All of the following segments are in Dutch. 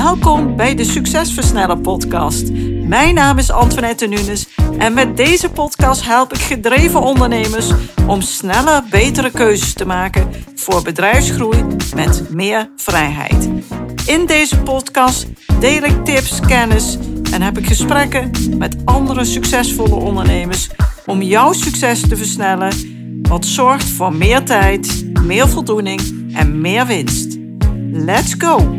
Welkom bij de Succesversneller podcast. Mijn naam is Antoinette Nunes en met deze podcast help ik gedreven ondernemers om snelle, betere keuzes te maken voor bedrijfsgroei met meer vrijheid. In deze podcast deel ik tips, kennis en heb ik gesprekken met andere succesvolle ondernemers om jouw succes te versnellen, wat zorgt voor meer tijd, meer voldoening en meer winst. Let's go!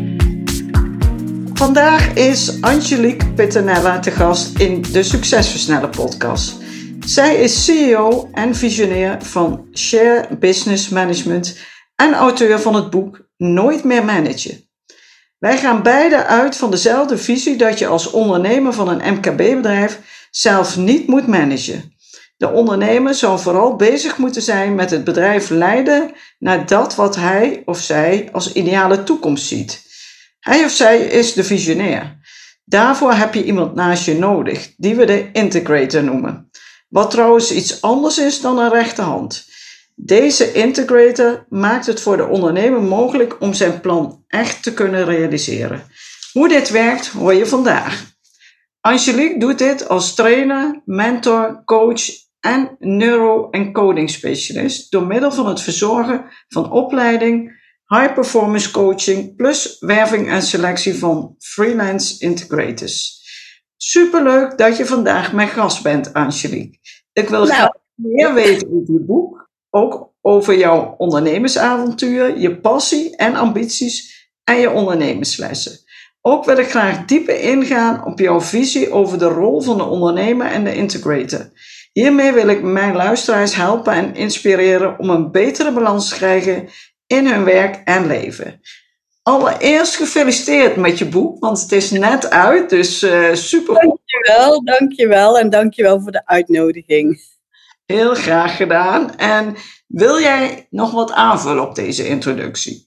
Vandaag is Angelique Pittenella te gast in de Succesversneller podcast. Zij is CEO en visionair van Share Business Management en auteur van het boek Nooit meer managen. Wij gaan beide uit van dezelfde visie dat je als ondernemer van een MKB-bedrijf zelf niet moet managen. De ondernemer zou vooral bezig moeten zijn met het bedrijf leiden naar dat wat hij of zij als ideale toekomst ziet. Hij of zij is de visionair. Daarvoor heb je iemand naast je nodig, die we de integrator noemen. Wat trouwens iets anders is dan een rechterhand. Deze integrator maakt het voor de ondernemer mogelijk om zijn plan echt te kunnen realiseren. Hoe dit werkt, hoor je vandaag. Angelique doet dit als trainer, mentor, coach en neuro- en coding specialist door middel van het verzorgen van opleiding, high performance coaching plus werving en selectie van freelance integrators. Superleuk dat je vandaag mijn gast bent, Angelique. Ik wil graag meer weten over je boek, ook over jouw ondernemersavontuur, je passie en ambities en je ondernemerslessen. Ook wil ik graag dieper ingaan op jouw visie over de rol van de ondernemer en de integrator. Hiermee wil ik mijn luisteraars helpen en inspireren om een betere balans te krijgen in hun werk en leven. Allereerst gefeliciteerd met je boek, want het is net uit, dus super. Dankjewel en dankjewel voor de uitnodiging. Heel graag gedaan. En wil jij nog wat aanvullen op deze introductie?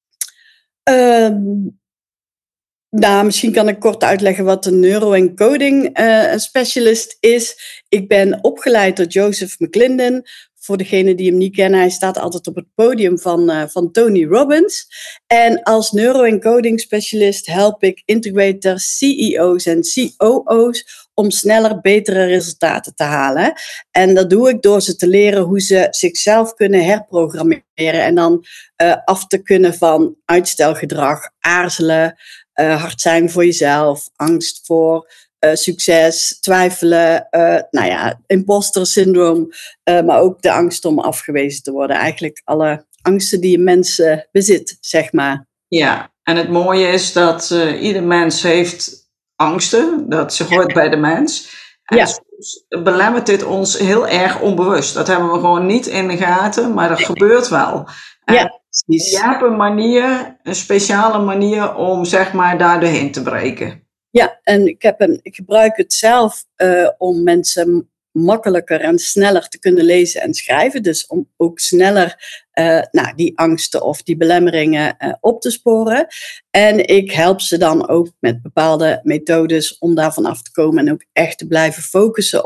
Misschien kan ik kort uitleggen wat een neuro- en coding specialist is. Ik ben opgeleid door Joseph McClendon. Voor degenen die hem niet kennen, hij staat altijd op het podium van Tony Robbins. En als neuro- en coding specialist help ik integrators, CEO's en COO's om sneller betere resultaten te halen. En dat doe ik door ze te leren hoe ze zichzelf kunnen herprogrammeren en dan af te kunnen van uitstelgedrag, aarzelen, hard zijn voor jezelf, angst voor succes, twijfelen, imposter syndroom, maar ook de angst om afgewezen te worden. Eigenlijk alle angsten die een mens bezit, zeg maar. Ja, en het mooie is dat ieder mens heeft angsten, dat ze hoort bij de mens. En soms belemmert dit ons heel erg onbewust. Dat hebben we gewoon niet in de gaten, maar dat gebeurt wel. En precies. Je hebt een speciale manier om zeg maar daar doorheen te breken. Ja, en ik gebruik het zelf om mensen makkelijker en sneller te kunnen lezen en schrijven. Dus om ook sneller die angsten of die belemmeringen op te sporen. En ik help ze dan ook met bepaalde methodes om daarvan af te komen. En ook echt te blijven focussen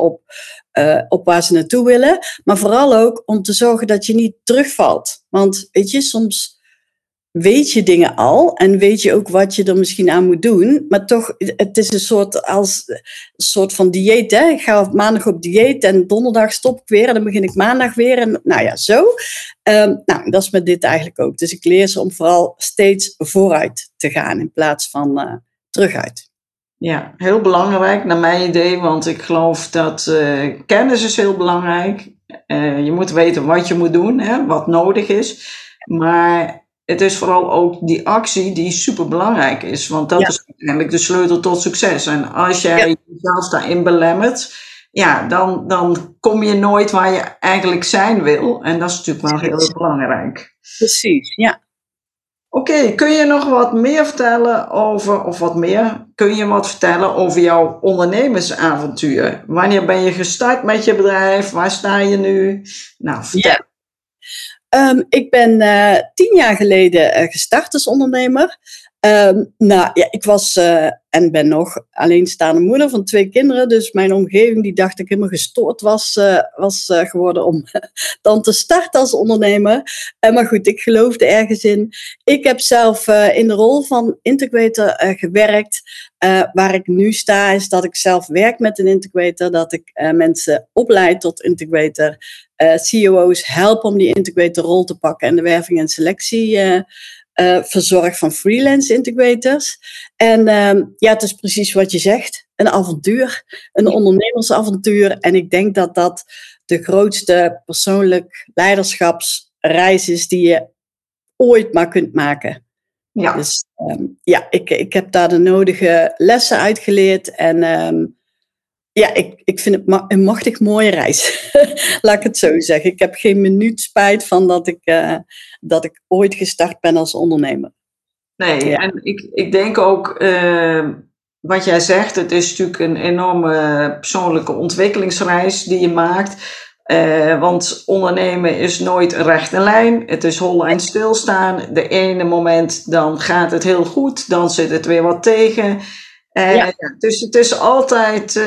op waar ze naartoe willen. Maar vooral ook om te zorgen dat je niet terugvalt. Want weet je, soms weet je dingen al en weet je ook wat je er misschien aan moet doen. Maar toch, het is een soort van dieet. Hè? Ik ga maandag op dieet en donderdag stop ik weer en dan begin ik maandag weer. En zo. Dat is met dit eigenlijk ook. Dus ik leer ze om vooral steeds vooruit te gaan in plaats van teruguit. Ja, heel belangrijk naar mijn idee, want ik geloof dat kennis is heel belangrijk. Je moet weten wat je moet doen, hè, wat nodig is. Maar het is vooral ook die actie die super belangrijk is. Want dat is uiteindelijk de sleutel tot succes. En als jij jezelf daarin belemmert, dan kom je nooit waar je eigenlijk zijn wil. En dat is natuurlijk wel heel belangrijk. Precies, ja. Oké, kun je nog wat meer vertellen kun je wat vertellen over jouw ondernemersavontuur? Wanneer ben je gestart met je bedrijf? Waar sta je nu? Nou, vertel. Ik ben 10 jaar geleden gestart als ondernemer. Nou ja, ik was en ben nog alleenstaande moeder van 2 kinderen. Dus mijn omgeving die dacht dat ik helemaal gestoord was geworden om dan te starten als ondernemer. Maar goed, ik geloofde ergens in. Ik heb zelf in de rol van integrator gewerkt. Waar ik nu sta is dat ik zelf werk met een integrator. Dat ik mensen opleid tot integrator. CEO's help om die integrator rol te pakken en de werving en selectie verzorg van freelance integrators. En ja, het is precies wat je zegt. Een avontuur. Een ondernemersavontuur. En ik denk dat dat de grootste persoonlijk leiderschapsreis is die je ooit maar kunt maken. Ja. Dus ja, ik heb daar de nodige lessen uit geleerd. En ja, ik vind het een machtig mooie reis. Laat ik het zo zeggen. Ik heb geen minuut spijt van dat ik ooit gestart ben als ondernemer. Nee, ja. En ik denk ook, wat jij zegt, het is natuurlijk een enorme persoonlijke ontwikkelingsreis die je maakt. Want ondernemen is nooit een rechte lijn. Het is hollen en stilstaan. De ene moment dan gaat het heel goed, dan zit het weer wat tegen. Ja. Dus het is altijd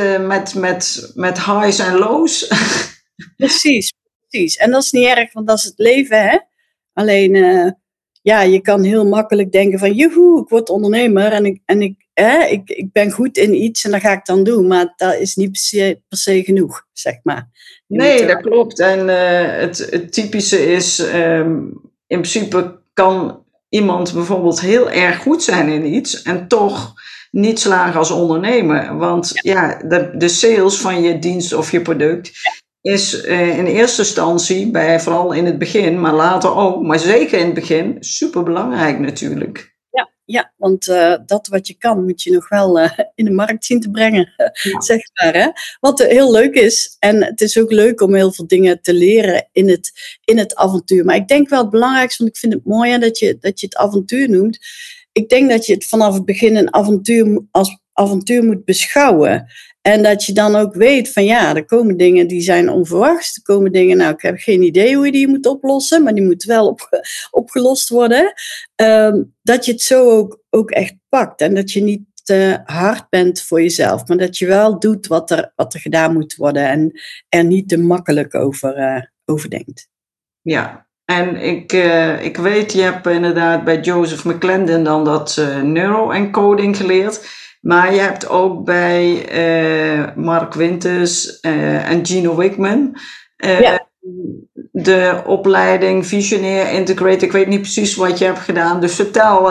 met highs en lows. Precies. En dat is niet erg, want dat is het leven, hè? Alleen, ja, je kan heel makkelijk denken van, joehoe, ik word ondernemer en ik ben goed in iets en dat ga ik dan doen. Maar dat is niet per se genoeg, zeg maar. Nee, dat klopt. En het typische is, in principe kan iemand bijvoorbeeld heel erg goed zijn in iets en toch niet slagen als ondernemer. Want ja, de sales van je dienst of je product is in eerste instantie, vooral in het begin, maar later ook, maar zeker in het begin, superbelangrijk natuurlijk. Ja, want dat wat je kan, moet je nog wel in de markt zien te brengen, zeg maar. Hè? Wat heel leuk is, en het is ook leuk om heel veel dingen te leren in het avontuur. Maar ik denk wel het belangrijkste, want ik vind het mooi dat je het avontuur noemt. Ik denk dat je het vanaf het begin een avontuur als avontuur moet beschouwen. En dat je dan ook weet van ja, er komen dingen die zijn onverwachts. Er komen dingen, nou ik heb geen idee hoe je die moet oplossen, maar die moeten wel opgelost worden. Dat je het zo ook echt pakt. En dat je niet te hard bent voor jezelf, maar dat je wel doet wat er gedaan moet worden. En er niet te makkelijk over denkt. Ja. En ik weet, je hebt inderdaad bij Joseph McClendon dan dat neuroencoding geleerd. Maar je hebt ook bij Mark Winters en Gino Wickman de opleiding Visionair Integrator. Ik weet niet precies wat je hebt gedaan, dus vertel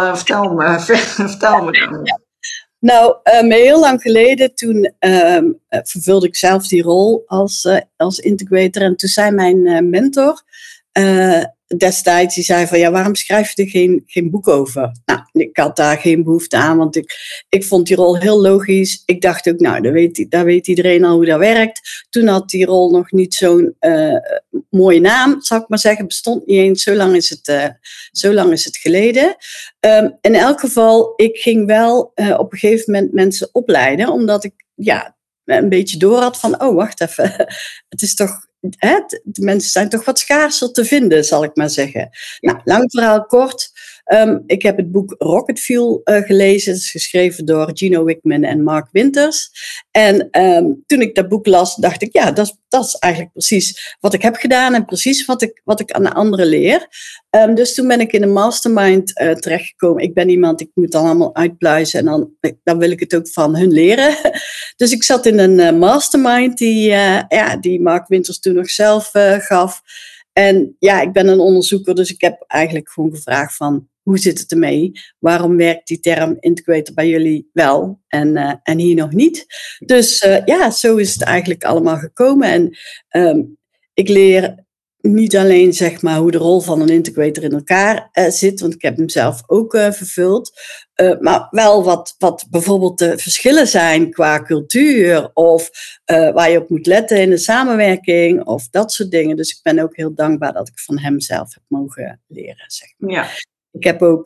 me dan. Ja. Nou, heel lang geleden toen vervulde ik zelf die rol als integrator. En toen zei mijn mentor destijds, die zei van ja, waarom schrijf je er geen boek over? Nou, ik had daar geen behoefte aan, want ik vond die rol heel logisch. Ik dacht ook, nou, daar weet iedereen al hoe dat werkt. Toen had die rol nog niet zo'n mooie naam, zal ik maar zeggen. Bestond niet eens, zo lang is het geleden. In elk geval, ik ging wel op een gegeven moment mensen opleiden, omdat ik een beetje door had van, oh, wacht even, het is toch... de mensen zijn toch wat schaarser te vinden, zal ik maar zeggen. Nou, lang verhaal kort. Ik heb het boek Rocket Fuel gelezen. Het is geschreven door Gino Wickman en Mark Winters. En toen ik dat boek las, dacht ik, ja, dat is eigenlijk precies wat ik heb gedaan en precies wat ik aan de anderen leer. Dus toen ben ik in een mastermind terechtgekomen. Ik ben iemand, ik moet dan allemaal uitpluizen en dan wil ik het ook van hun leren. Dus ik zat in een mastermind die Mark Winters toen nog zelf gaf. En ja, ik ben een onderzoeker, dus ik heb eigenlijk gewoon gevraagd van, hoe zit het ermee? Waarom werkt die term integrator bij jullie wel en hier nog niet? Dus zo is het eigenlijk allemaal gekomen. En ik leer niet alleen zeg maar hoe de rol van een integrator in elkaar zit, want ik heb hem zelf ook vervuld. Maar wel wat bijvoorbeeld de verschillen zijn qua cultuur of waar je op moet letten in de samenwerking of dat soort dingen. Dus ik ben ook heel dankbaar dat ik van hem zelf heb mogen leren. Zeg maar. Ja. Ik heb ook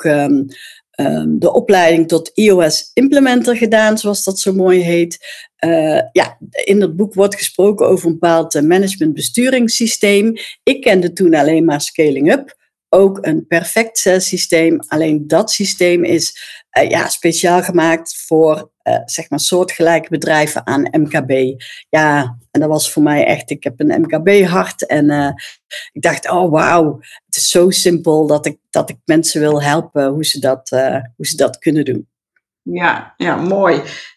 de opleiding tot iOS Implementer gedaan, zoals dat zo mooi heet. In dat boek wordt gesproken over een bepaald managementbesturingssysteem. Ik kende toen alleen maar Scaling Up. ook een perfect systeem. Alleen dat systeem is speciaal gemaakt voor zeg maar soortgelijke bedrijven aan MKB. Ja, en dat was voor mij echt, ik heb een MKB-hart en ik dacht, oh wauw, het is zo simpel dat ik mensen wil helpen hoe ze dat kunnen doen. Ja, mooi.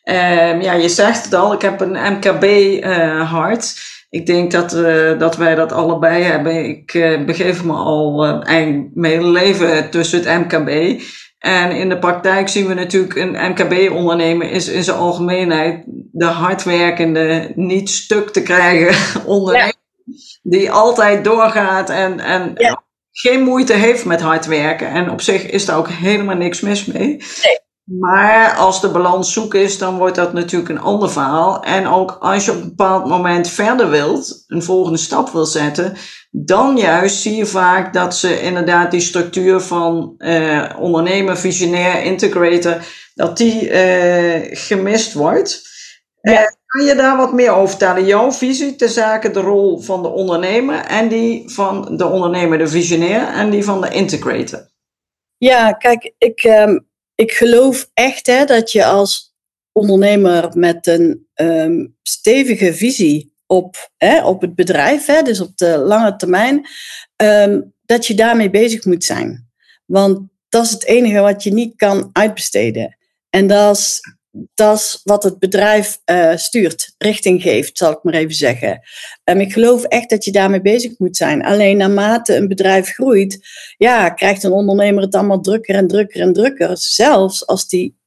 Je zegt het al, ik heb een MKB-hart. Ik denk dat wij dat allebei hebben. Ik begeef me al eigenlijk mijn hele leven tussen het MKB. En in de praktijk zien we natuurlijk een MKB-ondernemer is in zijn algemeenheid de hardwerkende, niet stuk te krijgen ondernemer. Ja. Die altijd doorgaat en geen moeite heeft met hard werken. En op zich is daar ook helemaal niks mis mee. Nee. Maar als de balans zoek is, dan wordt dat natuurlijk een ander verhaal. En ook als je op een bepaald moment verder wilt, een volgende stap wil zetten, dan juist zie je vaak dat ze inderdaad die structuur van ondernemer, visionair, integrator, dat die gemist wordt. Kan je daar wat meer over vertellen? Jouw visie ter zake de rol van de ondernemer en die van de ondernemer, de visionair, en die van de integrator? Ja, kijk, ik geloof echt dat je als ondernemer met een stevige visie op het bedrijf, dus op de lange termijn, dat je daarmee bezig moet zijn. Want dat is het enige wat je niet kan uitbesteden. En dat is wat het bedrijf stuurt, richting geeft, zal ik maar even zeggen. Ik geloof echt dat je daarmee bezig moet zijn. Alleen naarmate een bedrijf groeit, krijgt een ondernemer het allemaal drukker en drukker en drukker. Zelfs als die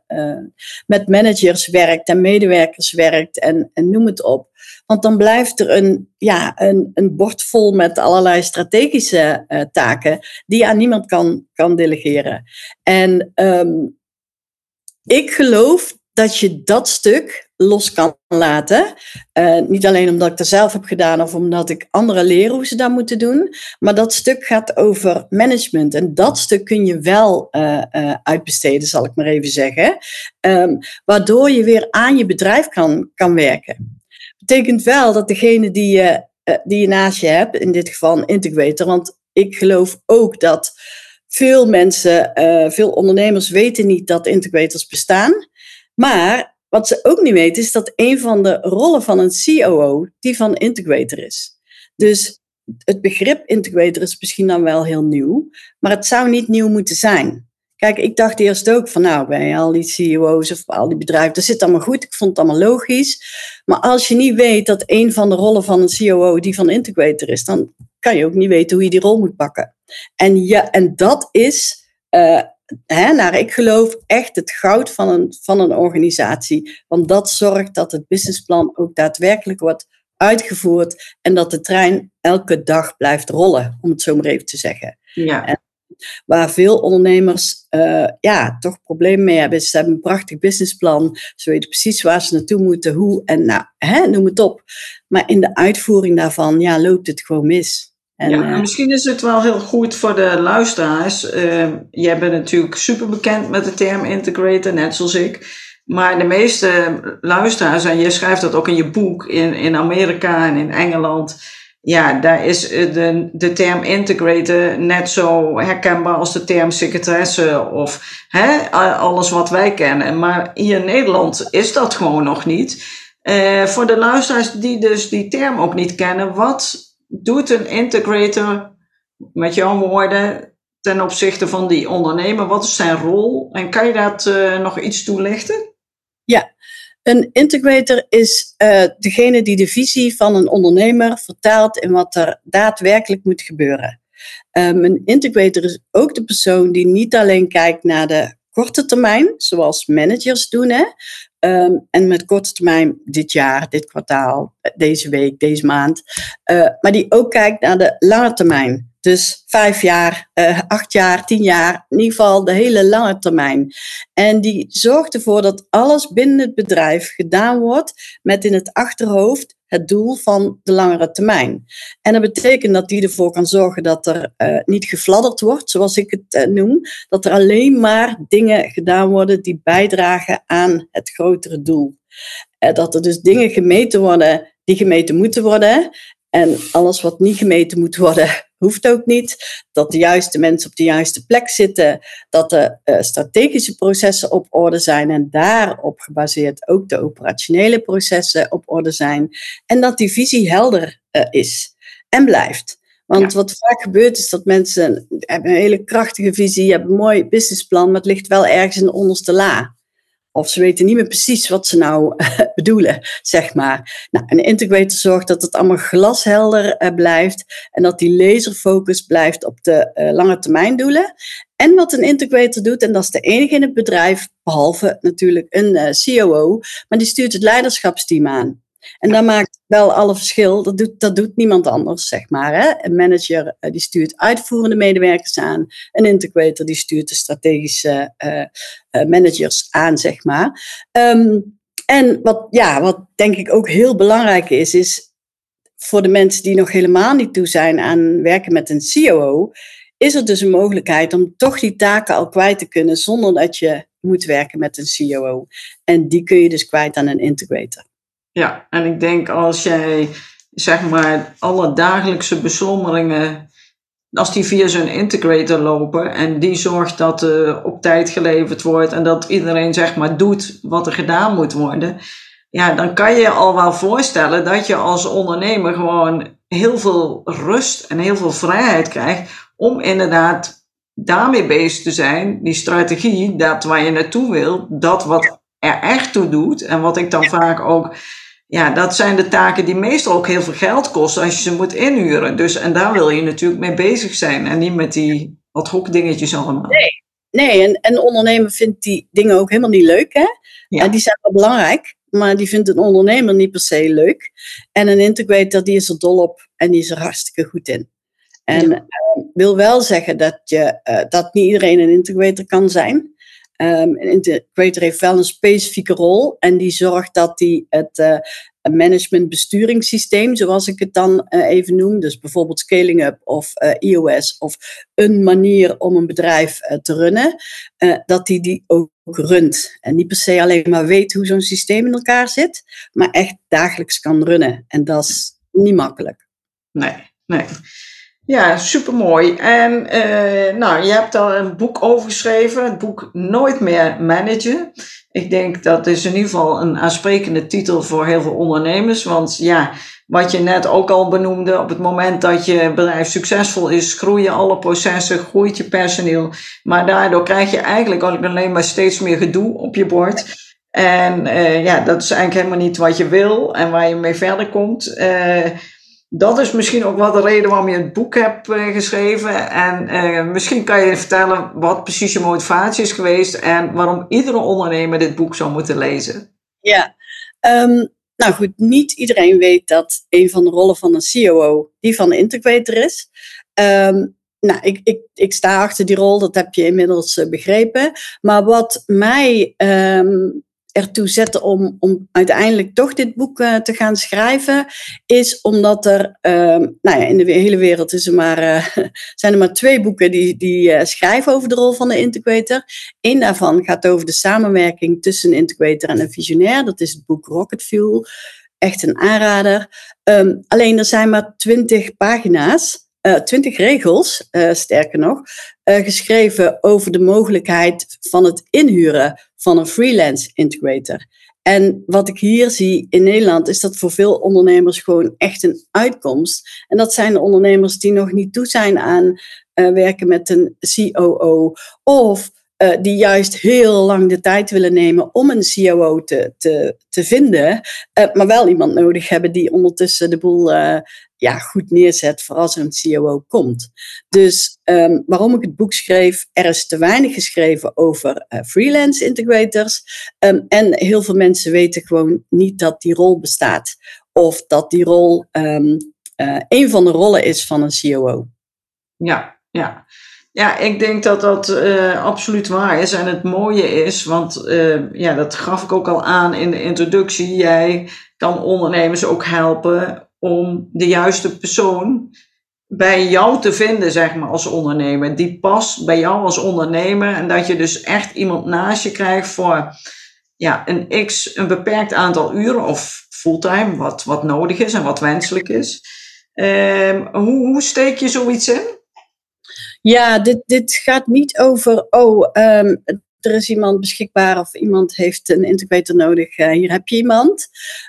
met managers werkt en medewerkers werkt en noem het op. Want dan blijft er een bord vol met allerlei strategische taken die je aan niemand kan delegeren. En ik geloof dat je dat stuk los kan laten. Niet alleen omdat ik dat zelf heb gedaan of omdat ik anderen leer hoe ze dat moeten doen. Maar dat stuk gaat over management. En dat stuk kun je wel uitbesteden, zal ik maar even zeggen. Waardoor je weer aan je bedrijf kan werken. Betekent wel dat degene die je naast je hebt, in dit geval een integrator. Want ik geloof ook dat veel mensen, veel ondernemers weten niet dat integrators bestaan. Maar wat ze ook niet weten is dat een van de rollen van een COO die van integrator is. Dus het begrip integrator is misschien dan wel heel nieuw, maar het zou niet nieuw moeten zijn. Kijk, ik dacht eerst ook van bij al die CEO's of al die bedrijven, dat zit allemaal goed, ik vond het allemaal logisch. Maar als je niet weet dat een van de rollen van een COO die van integrator is, dan kan je ook niet weten hoe je die rol moet pakken. En dat is, naar ik geloof, echt het goud van een organisatie. Want dat zorgt dat het businessplan ook daadwerkelijk wordt uitgevoerd en dat de trein elke dag blijft rollen, om het zo maar even te zeggen. Ja. En waar veel ondernemers toch problemen mee hebben. Ze hebben een prachtig businessplan. Ze weten precies waar ze naartoe moeten, hoe en noem het op. Maar in de uitvoering daarvan loopt het gewoon mis. En misschien is het wel heel goed voor de luisteraars. Jij bent natuurlijk super bekend met de term integrator, net zoals ik. Maar de meeste luisteraars, en je schrijft dat ook in je boek, in Amerika en in Engeland. Ja, daar is de term integrator net zo herkenbaar als de term secretaresse of alles wat wij kennen. Maar hier in Nederland is dat gewoon nog niet. Voor de luisteraars die dus die term ook niet kennen, wat doet een integrator, met jouw woorden, ten opzichte van die ondernemer? Wat is zijn rol? En kan je dat nog iets toelichten? Ja, een integrator is degene die de visie van een ondernemer vertaalt in wat er daadwerkelijk moet gebeuren. Een integrator is ook de persoon die niet alleen kijkt naar de korte termijn, zoals managers doen, en met korte termijn dit jaar, dit kwartaal, deze week, deze maand. Maar die ook kijkt naar de lange termijn. Dus 5 jaar, 8 jaar, 10 jaar, in ieder geval de hele lange termijn. En die zorgt ervoor dat alles binnen het bedrijf gedaan wordt met in het achterhoofd het doel van de langere termijn. En dat betekent dat die ervoor kan zorgen dat er niet gefladderd wordt, zoals ik het noem. Dat er alleen maar dingen gedaan worden die bijdragen aan het grotere doel. Dat er dus dingen gemeten worden die gemeten moeten worden. En alles wat niet gemeten moet worden, hoeft ook niet. Dat de juiste mensen op de juiste plek zitten. Dat de strategische processen op orde zijn. En daarop gebaseerd ook de operationele processen op orde zijn. En dat die visie helder is en blijft. Want wat vaak gebeurt is dat mensen hebben een hele krachtige visie, hebben een mooi businessplan, maar het ligt wel ergens in de onderste la. Of ze weten niet meer precies wat ze nou bedoelen, zeg maar. Nou, een integrator zorgt dat het allemaal glashelder blijft en dat die laserfocus blijft op de lange termijn doelen. En wat een integrator doet, en dat is de enige in het bedrijf, behalve natuurlijk een COO, maar die stuurt het leiderschapsteam aan. En dat maakt wel alle verschil. Dat doet niemand anders, zeg maar. Hè? Een manager die stuurt uitvoerende medewerkers aan. Een integrator die stuurt de strategische managers aan, zeg maar. En wat denk ik ook heel belangrijk is voor de mensen die nog helemaal niet toe zijn aan werken met een COO, is er dus een mogelijkheid om toch die taken al kwijt te kunnen zonder dat je moet werken met een COO. En die kun je dus kwijt aan een integrator. Ja, en ik denk als jij, zeg maar, alle dagelijkse beslommeringen, als die via zo'n integrator lopen en die zorgt dat er op tijd geleverd wordt en dat iedereen, zeg maar, doet wat er gedaan moet worden, ja, dan kan je je al wel voorstellen dat je als ondernemer gewoon heel veel rust en heel veel vrijheid krijgt om inderdaad daarmee bezig te zijn, die strategie, dat waar je naartoe wil, dat wat er echt toe doet en wat ik dan vaak ook... Ja, dat zijn de taken die meestal ook heel veel geld kosten als je ze moet inhuren. Dus, en daar wil je natuurlijk mee bezig zijn. En niet met die ad hoc dingetjes allemaal. Nee, en een ondernemer vindt die dingen ook helemaal niet leuk. Hè? Ja. Die zijn wel belangrijk, maar die vindt een ondernemer niet per se leuk. En een integrator die is er dol op en die is er hartstikke goed in. En wil wel zeggen dat niet iedereen een integrator kan zijn. Een integrator heeft wel een specifieke rol en die zorgt dat hij het management-besturingssysteem, zoals ik het dan even noem, dus bijvoorbeeld Scaling Up of EOS of een manier om een bedrijf te runnen, dat hij die ook runt. En niet per se alleen maar weet hoe zo'n systeem in elkaar zit, maar echt dagelijks kan runnen. En dat is niet makkelijk. Nee. Ja, supermooi. En je hebt daar een boek over geschreven, het boek Nooit meer managen. Ik denk dat is in ieder geval een aansprekende titel voor heel veel ondernemers. Want ja, wat je net ook al benoemde, op het moment dat je bedrijf succesvol is, groeien alle processen, groeit je personeel. Maar daardoor krijg je eigenlijk alleen maar steeds meer gedoe op je bord. En dat is eigenlijk helemaal niet wat je wil en waar je mee verder komt. Dat is misschien ook wel de reden waarom je het boek hebt geschreven. En misschien kan je vertellen wat precies je motivatie is geweest en waarom iedere ondernemer dit boek zou moeten lezen. Ja, nou goed, niet iedereen weet dat een van de rollen van een COO die van de integrator is. Ik sta achter die rol, dat heb je inmiddels begrepen. Maar wat mij ertoe zette om uiteindelijk toch dit boek te gaan schrijven, is omdat er, in de hele wereld zijn er maar 2 boeken die schrijven over de rol van de integrator. Eén daarvan gaat over de samenwerking tussen een integrator en een visionair. Dat is het boek Rocket Fuel. Echt een aanrader. Alleen er zijn maar 20 pagina's. 20 regels, sterker nog, geschreven over de mogelijkheid van het inhuren van een freelance integrator. En wat ik hier zie in Nederland is dat voor veel ondernemers gewoon echt een uitkomst. En dat zijn de ondernemers die nog niet toe zijn aan werken met een COO of die juist heel lang de tijd willen nemen om een COO te vinden, maar wel iemand nodig hebben die ondertussen de boel goed neerzet voor als er een COO komt. Dus waarom ik het boek schreef, er is te weinig geschreven over freelance integrators en heel veel mensen weten gewoon niet dat die rol bestaat of dat die rol een van de rollen is van een COO. Ja, ik denk dat dat absoluut waar is. En het mooie is, want dat gaf ik ook al aan in de introductie. Jij kan ondernemers ook helpen om de juiste persoon bij jou te vinden, zeg maar, als ondernemer. Die past bij jou als ondernemer. En dat je dus echt iemand naast je krijgt voor een beperkt aantal uren of fulltime, wat nodig is en wat wenselijk is. Hoe steek je zoiets in? Ja, dit gaat niet over, er is iemand beschikbaar of iemand heeft een integrator nodig. Hier heb je iemand.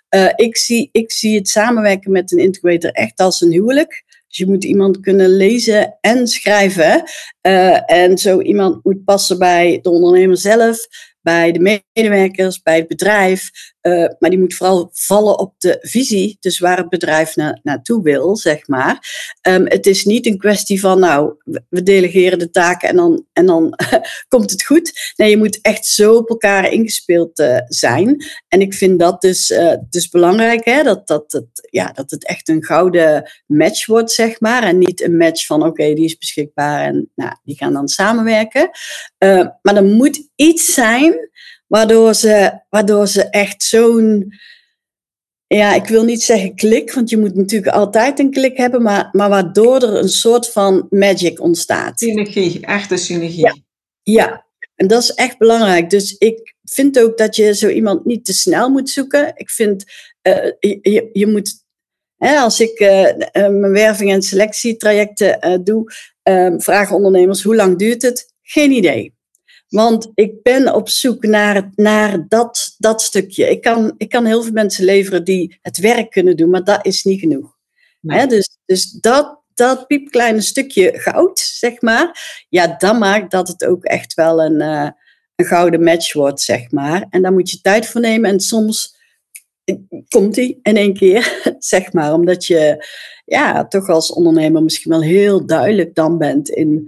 Ik zie het samenwerken met een integrator echt als een huwelijk. Dus je moet iemand kunnen lezen en schrijven. En zo iemand moet passen bij de ondernemer zelf, bij de medewerkers, bij het bedrijf. Maar die moet vooral vallen op de visie, dus waar het bedrijf naartoe wil, zeg maar. Het is niet een kwestie van, we delegeren de taken en dan komt het goed. Nee, je moet echt zo op elkaar ingespeeld zijn. En ik vind dat dus belangrijk, hè, dat het echt een gouden match wordt, zeg maar. En niet een match van, oké, die is beschikbaar en die gaan dan samenwerken. Maar er moet iets zijn waardoor ze echt zo'n... Ja, ik wil niet zeggen klik, want je moet natuurlijk altijd een klik hebben, maar waardoor er een soort van magic ontstaat. Synergie, echte synergie. Ja, en dat is echt belangrijk. Dus ik vind ook dat je zo iemand niet te snel moet zoeken. Ik vind, je moet, als ik mijn werving- en selectietrajecten doe, vragen ondernemers, hoe lang duurt het? Geen idee. Want ik ben op zoek naar dat stukje. Ik kan heel veel mensen leveren die het werk kunnen doen, maar dat is niet genoeg. Nee. Dus dat piepkleine stukje goud, zeg maar, ja, dat maakt dat het ook echt wel een gouden match wordt, zeg maar. En daar moet je tijd voor nemen en soms komt die in één keer, zeg maar. Omdat je toch als ondernemer misschien wel heel duidelijk dan bent in...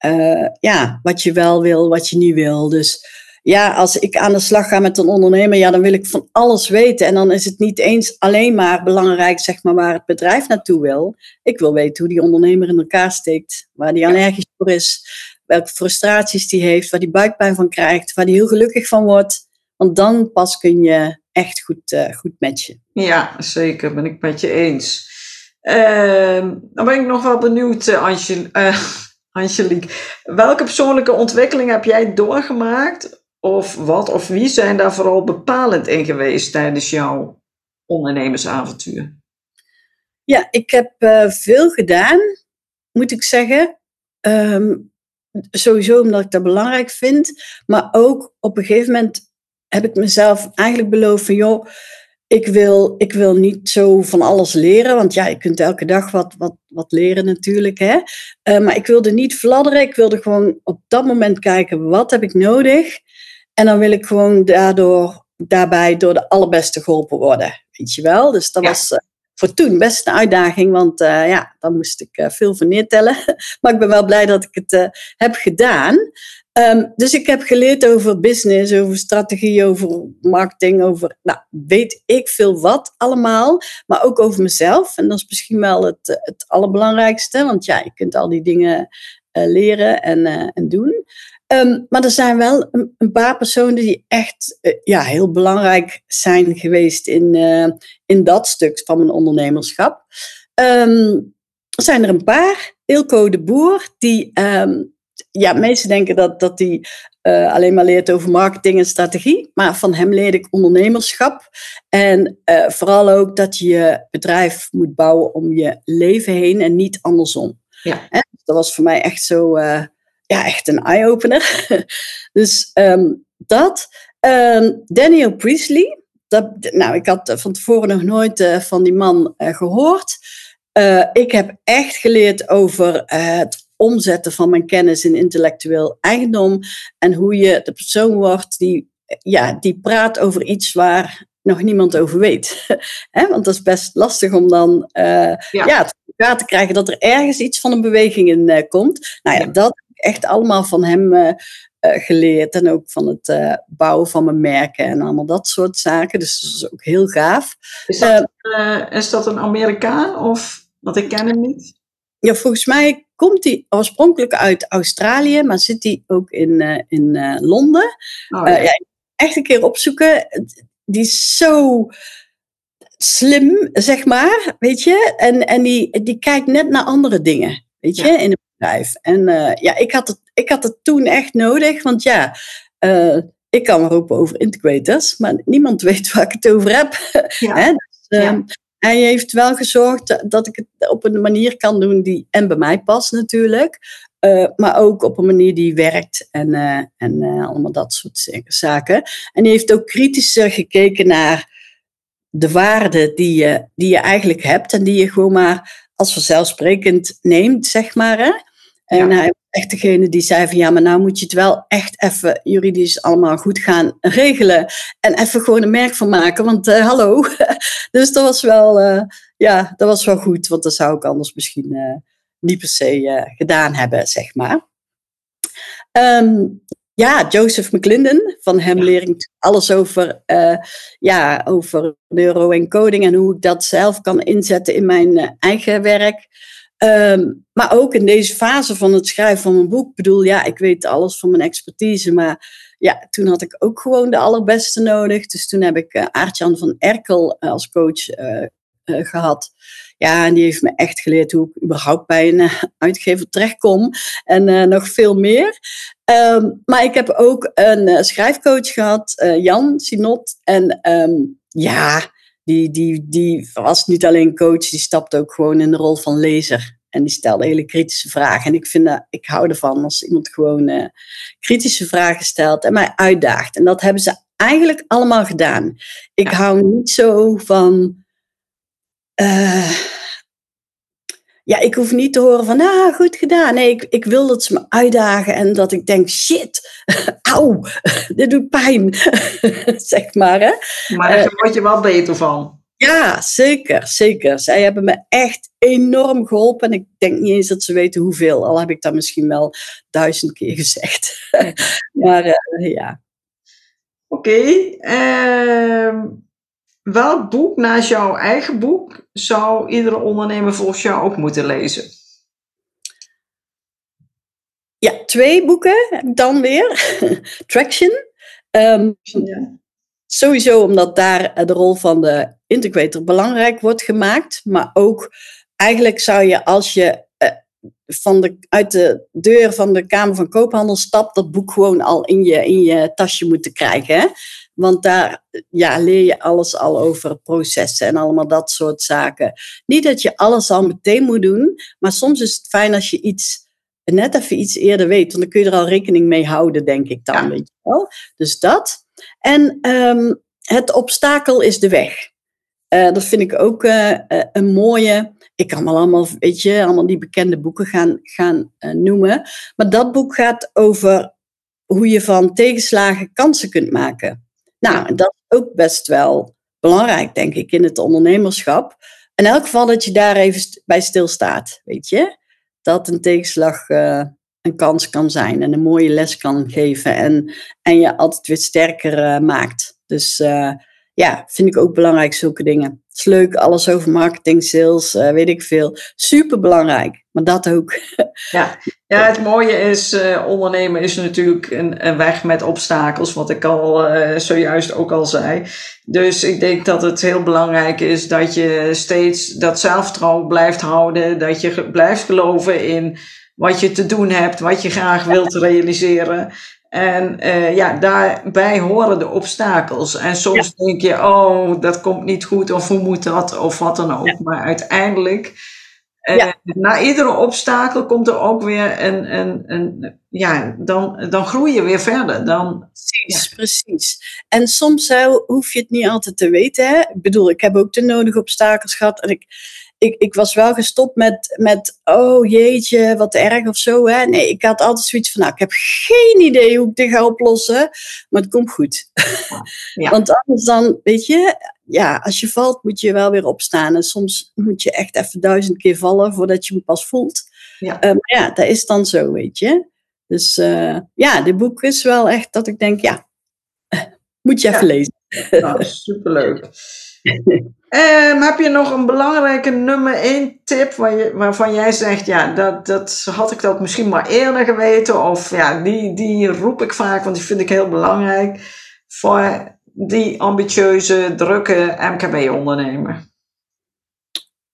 wat je wel wil, wat je niet wil. Dus als ik aan de slag ga met een ondernemer, dan wil ik van alles weten. En dan is het niet eens alleen maar belangrijk, zeg maar, waar het bedrijf naartoe wil. Ik wil weten hoe die ondernemer in elkaar steekt, waar die allergisch voor is, welke frustraties die heeft, waar die buikpijn van krijgt, waar die heel gelukkig van wordt. Want dan pas kun je echt goed matchen. Ja, zeker, ben ik met je eens. Dan ben ik nog wel benieuwd, Angelique, welke persoonlijke ontwikkeling heb jij doorgemaakt? Of wat of wie zijn daar vooral bepalend in geweest tijdens jouw ondernemersavontuur? Ja, ik heb veel gedaan, moet ik zeggen. Sowieso omdat ik dat belangrijk vind. Maar ook op een gegeven moment heb ik mezelf eigenlijk beloofd van... joh, ik wil niet zo van alles leren. Want je kunt elke dag wat leren natuurlijk. Hè? Maar ik wilde niet fladderen. Ik wilde gewoon op dat moment kijken, wat heb ik nodig? En dan wil ik gewoon daarbij door de allerbeste geholpen worden. Weet je wel? Dus dat was... voor toen best een uitdaging, want daar moest ik veel van neertellen. Maar ik ben wel blij dat ik het heb gedaan. Dus ik heb geleerd over business, over strategie, over marketing, over weet ik veel wat allemaal. Maar ook over mezelf. En dat is misschien wel het allerbelangrijkste. Want je kunt al die dingen leren en doen. Maar er zijn wel een paar personen die echt heel belangrijk zijn geweest in dat stuk van mijn ondernemerschap. Er zijn er een paar. Ilko de Boer, die... mensen denken dat hij alleen maar leert over marketing en strategie. Maar van hem leerde ik ondernemerschap. En vooral ook dat je je bedrijf moet bouwen om je leven heen en niet andersom. Ja. Dat was voor mij echt zo... echt een eye-opener. Dus dat. Daniel Priestley. Ik had van tevoren nog nooit van die man gehoord. Ik heb echt geleerd over het omzetten van mijn kennis in intellectueel eigendom. En hoe je de persoon wordt die praat over iets waar nog niemand over weet. Want dat is best lastig om dan het te krijgen dat er ergens iets van een beweging in komt. Dat echt allemaal van hem geleerd. En ook van het bouwen van mijn merken en allemaal dat soort zaken. Dus dat is ook heel gaaf. Is dat een Amerikaan? Of, want ik ken hem niet. Ja, volgens mij komt hij oorspronkelijk uit Australië. Maar zit hij ook in Londen. Echt een keer opzoeken. Die is zo... slim, zeg maar, weet je. En die kijkt net naar andere dingen, weet je, in het bedrijf. En ik had het toen echt nodig, want ik kan maar roepen over integrators, maar niemand weet waar ik het over heb. Ja. Hè? Dus, hij heeft wel gezorgd dat ik het op een manier kan doen die en bij mij past natuurlijk. Maar ook op een manier die werkt en allemaal dat soort zaken. En hij heeft ook kritischer gekeken naar de waarden die je eigenlijk hebt en die je gewoon maar als vanzelfsprekend neemt, zeg maar. Hè? En hij was echt degene die zei van ja, maar nou moet je het wel echt even juridisch allemaal goed gaan regelen. En even gewoon een merk van maken, want hallo. Dus dat was wel goed, want dat zou ik anders misschien niet per se gedaan hebben, zeg maar. Joseph McClendon, van hem leer ik alles over neuroencoding en hoe ik dat zelf kan inzetten in mijn eigen werk. Maar ook in deze fase van het schrijven van mijn boek. Ik bedoel, ik weet alles van mijn expertise, maar toen had ik ook gewoon de allerbeste nodig. Dus toen heb ik Aart-Jan van Erkel als coach gehad. Ja, en die heeft me echt geleerd hoe ik überhaupt bij een uitgever terechtkom. En nog veel meer. Maar ik heb ook een schrijfcoach gehad, Jan Sinot. En die was niet alleen coach, die stapte ook gewoon in de rol van lezer. En die stelde hele kritische vragen. En ik hou ervan als iemand gewoon kritische vragen stelt en mij uitdaagt. En dat hebben ze eigenlijk allemaal gedaan. Ik hou niet zo van... ik hoef niet te horen van, goed gedaan. Nee, ik wil dat ze me uitdagen en dat ik denk, shit, auw, dit doet pijn, zeg maar. Hè? Maar daar word je wel beter van. Ja, zeker, zeker. Zij hebben me echt enorm geholpen en ik denk niet eens dat ze weten hoeveel. Al heb ik dat misschien wel 1000 keer gezegd. Maar ja. Oké. Welk boek naast jouw eigen boek zou iedere ondernemer volgens jou ook moeten lezen? Ja, 2 boeken dan weer. Traction. Sowieso omdat daar de rol van de integrator belangrijk wordt gemaakt. Maar ook eigenlijk zou je als je uit de deur van de Kamer van Koophandel stapt, dat boek gewoon al in je tasje moeten krijgen. Hè? Want daar leer je alles al over processen en allemaal dat soort zaken. Niet dat je alles al meteen moet doen, maar soms is het fijn als je net even iets eerder weet. Want dan kun je er al rekening mee houden, denk ik dan. Weet je wel? Dus dat. En het obstakel is de weg. Dat vind ik ook een mooie. Ik kan wel allemaal die bekende boeken gaan noemen. Maar dat boek gaat over hoe je van tegenslagen kansen kunt maken. Nou, dat is ook best wel belangrijk, denk ik, in het ondernemerschap. In elk geval dat je daar even bij stilstaat, weet je. Dat een tegenslag een kans kan zijn en een mooie les kan geven. En je altijd weer sterker maakt. Dus vind ik ook belangrijk, zulke dingen. Het is leuk, alles over marketing, sales, weet ik veel. Super belangrijk, maar dat ook. Ja, het mooie is, ondernemen is natuurlijk een weg met obstakels, wat ik al zojuist ook al zei. Dus ik denk dat het heel belangrijk is dat je steeds dat zelfvertrouwen blijft houden, dat je blijft geloven in wat je te doen hebt, wat je graag wilt realiseren. En daarbij horen de obstakels. En soms denk je, dat komt niet goed, of hoe moet dat, of wat dan ook. Ja. Maar uiteindelijk, na iedere obstakel komt er ook weer dan groei je weer verder. Precies. En soms hoef je het niet altijd te weten. Hè? Ik bedoel, ik heb ook de nodige obstakels gehad. En ik was wel gestopt met oh jeetje, wat erg of zo. Hè? Nee, ik had altijd zoiets van, ik heb geen idee hoe ik dit ga oplossen. Maar het komt goed. Ja. Want anders dan, weet je, als je valt moet je wel weer opstaan. En soms moet je echt even 1000 keer vallen voordat je hem pas voelt. Ja. Maar dat is dan zo, weet je. Dus dit boek is wel echt dat ik denk, moet je even lezen. Nou, superleuk. Heb je nog een belangrijke nummer 1 tip waarvan jij zegt, dat had ik dat misschien maar eerder geweten, of die roep ik vaak, want die vind ik heel belangrijk voor die ambitieuze, drukke MKB-ondernemer?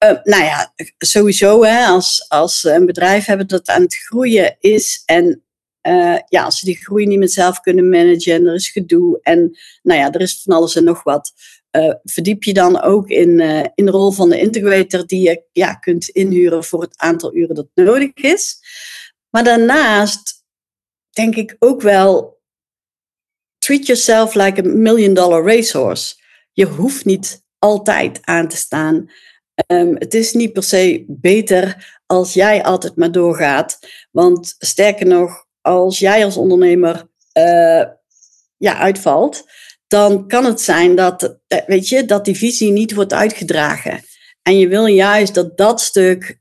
Sowieso, hè, als een bedrijf hebben dat aan het groeien is en als ze die groei niet meer zelf kunnen managen, er is gedoe en er is van alles en nog wat. Verdiep je dan ook in de rol van de integrator die je kunt inhuren voor het aantal uren dat nodig is. Maar daarnaast denk ik ook wel, treat yourself like a $1 million racehorse. Je hoeft niet altijd aan te staan. Het is niet per se beter als jij altijd maar doorgaat. Want sterker nog, als jij als ondernemer uitvalt, dan kan het zijn dat die visie niet wordt uitgedragen. En je wil juist dat stuk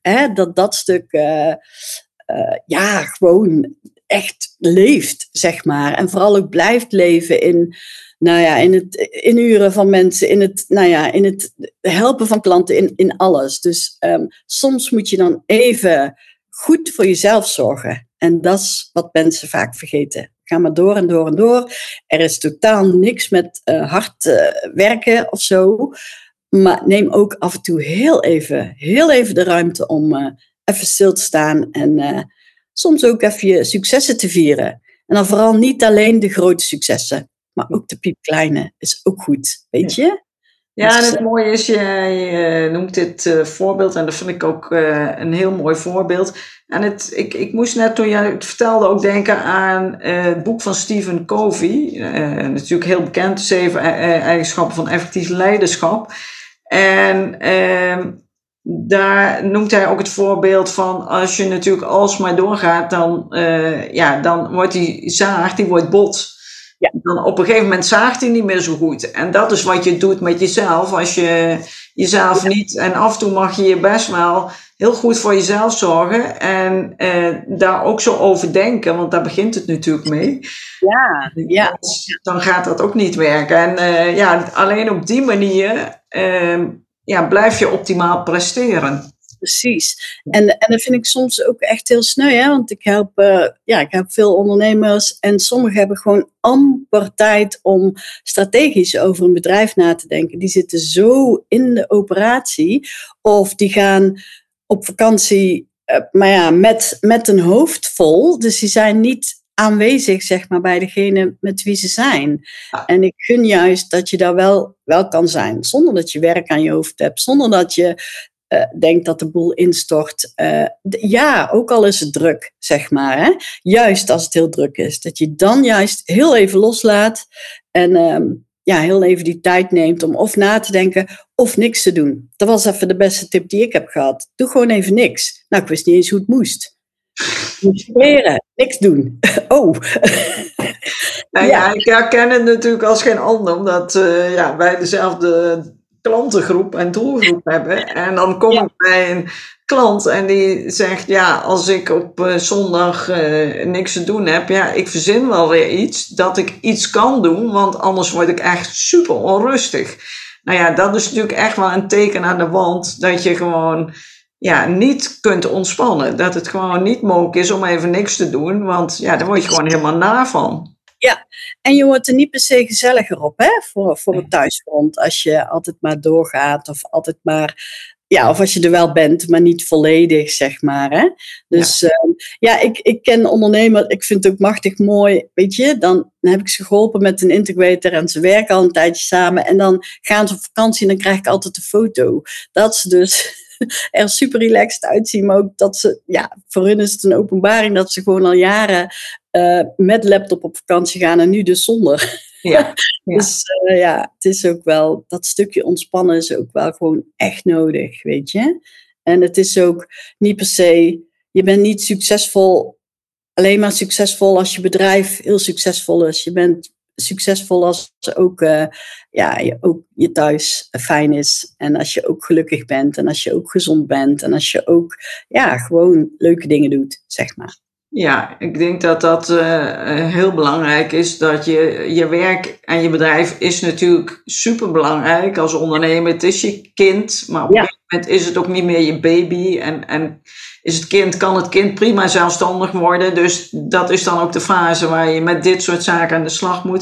gewoon echt leeft, zeg maar. En vooral ook blijft leven in het inhuren van mensen, in het helpen van klanten, in alles. Dus soms moet je dan even goed voor jezelf zorgen. En dat is wat mensen vaak vergeten. Ga maar door en door en door. Er is totaal niks met hard werken of zo. Maar neem ook af en toe heel even de ruimte om even stil te staan. En soms ook even je successen te vieren. En dan vooral niet alleen de grote successen. Maar ook de piepkleine is ook goed, weet je? Ja, en het mooie is, je noemt dit voorbeeld, en dat vind ik ook een heel mooi voorbeeld. En ik moest net, toen jij het vertelde, ook denken aan het boek van Stephen Covey. Natuurlijk heel bekend, 7 eigenschappen van effectief leiderschap. En daar noemt hij ook het voorbeeld van, als je natuurlijk alsmaar doorgaat, dan wordt die zaag, die wordt bot. Ja. Dan op een gegeven moment zaagt hij niet meer zo goed. En dat is wat je doet met jezelf. Als je jezelf niet... En af en toe mag je best wel heel goed voor jezelf zorgen. En daar ook zo over denken. Want daar begint het natuurlijk mee. Ja. Dan gaat dat ook niet werken. En alleen op die manier blijf je optimaal presteren. Precies. En dat vind ik soms ook echt heel sneu, hè? Want ik help veel ondernemers en sommigen hebben gewoon amper tijd om strategisch over een bedrijf na te denken. Die zitten zo in de operatie of die gaan op vakantie met een hoofd vol. Dus die zijn niet aanwezig, zeg maar, bij degene met wie ze zijn. En ik gun juist dat je daar wel kan zijn, zonder dat je werk aan je hoofd hebt, zonder dat je denkt dat de boel instort. Ook al is het druk, zeg maar. Hè? Juist als het heel druk is. Dat je dan juist heel even loslaat. En heel even die tijd neemt om of na te denken of niks te doen. Dat was even de beste tip die ik heb gehad. Doe gewoon even niks. Nou, ik wist niet eens hoe het moest. Leren, niks doen. Oh. Ik herken het natuurlijk als geen ander. Omdat wij dezelfde klantengroep en doelgroep hebben. En dan kom ik bij een klant en die zegt, als ik op zondag niks te doen heb, ik verzin wel weer iets, dat ik iets kan doen, want anders word ik echt super onrustig. Dat is natuurlijk echt wel een teken aan de wand, dat je gewoon niet kunt ontspannen. Dat het gewoon niet mogelijk is om even niks te doen, want daar word je gewoon helemaal naar van. Ja, en je wordt er niet per se gezelliger op, hè, voor het thuisfront. Als je altijd maar doorgaat of altijd maar... of als je er wel bent, maar niet volledig, zeg maar. Hè? Dus ik ken ondernemers, ik vind het ook machtig mooi, weet je. Dan heb ik ze geholpen met een integrator en ze werken al een tijdje samen. En dan gaan ze op vakantie en dan krijg ik altijd een foto. Dat ze dus er super relaxed uitzien, maar ook dat ze, voor hun is het een openbaring dat ze gewoon al jaren met laptop op vakantie gaan en nu dus zonder. Ja. Dus het is ook wel, dat stukje ontspannen is ook wel gewoon echt nodig, weet je. En het is ook niet per se, je bent niet succesvol, alleen maar succesvol als je bedrijf heel succesvol is. Je bent succesvol als ook je thuis fijn is. En als je ook gelukkig bent en als je ook gezond bent en als je ook gewoon leuke dingen doet, zeg maar. Ja, ik denk dat dat heel belangrijk is. Dat je werk en je bedrijf is natuurlijk super belangrijk als ondernemer. Het is je kind, maar op een gegeven moment is het ook niet meer je baby. En kan het kind prima zelfstandig worden. Dus dat is dan ook de fase waar je met dit soort zaken aan de slag moet.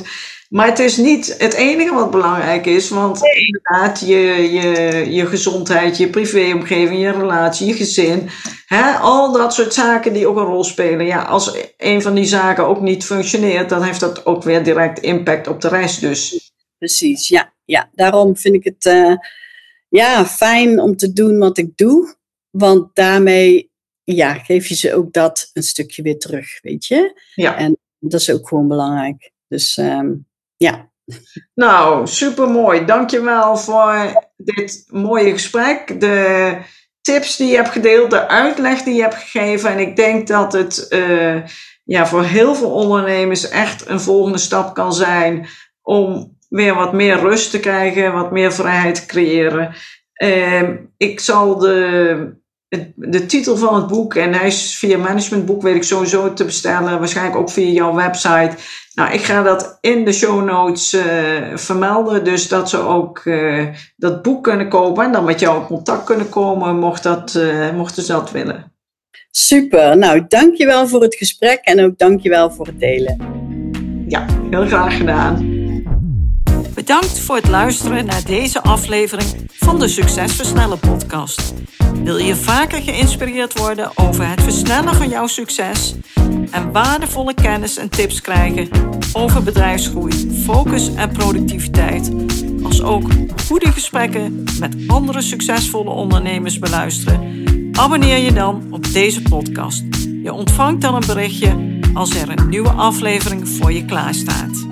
Maar het is niet het enige wat belangrijk is, want inderdaad je gezondheid, je privéomgeving, je relatie, je gezin, al dat soort zaken die ook een rol spelen. Ja, als een van die zaken ook niet functioneert, dan heeft dat ook weer direct impact op de rest dus. Precies, ja. Daarom vind ik het fijn om te doen wat ik doe, want daarmee geef je ze ook dat een stukje weer terug, weet je. Ja. En dat is ook gewoon belangrijk. Dus Nou, supermooi. Dankjewel voor dit mooie gesprek. De tips die je hebt gedeeld, de uitleg die je hebt gegeven. En ik denk dat het voor heel veel ondernemers echt een volgende stap kan zijn om weer wat meer rust te krijgen, wat meer vrijheid te creëren. Ik zal de titel van het boek, en hij is via Managementboek, weet ik sowieso te bestellen, waarschijnlijk ook via jouw website. Nou, ik ga dat in de show notes vermelden, dus dat ze ook dat boek kunnen kopen en dan met jou in contact kunnen komen, mochten ze dat willen. Super, nou dankjewel voor het gesprek en ook dankjewel voor het delen. Ja, heel graag gedaan. Bedankt voor het luisteren naar deze aflevering van de Succesversnellen podcast. Wil je vaker geïnspireerd worden over het versnellen van jouw succes en waardevolle kennis en tips krijgen over bedrijfsgroei, focus en productiviteit, als ook goede gesprekken met andere succesvolle ondernemers beluisteren? Abonneer je dan op deze podcast. Je ontvangt dan een berichtje als er een nieuwe aflevering voor je klaarstaat.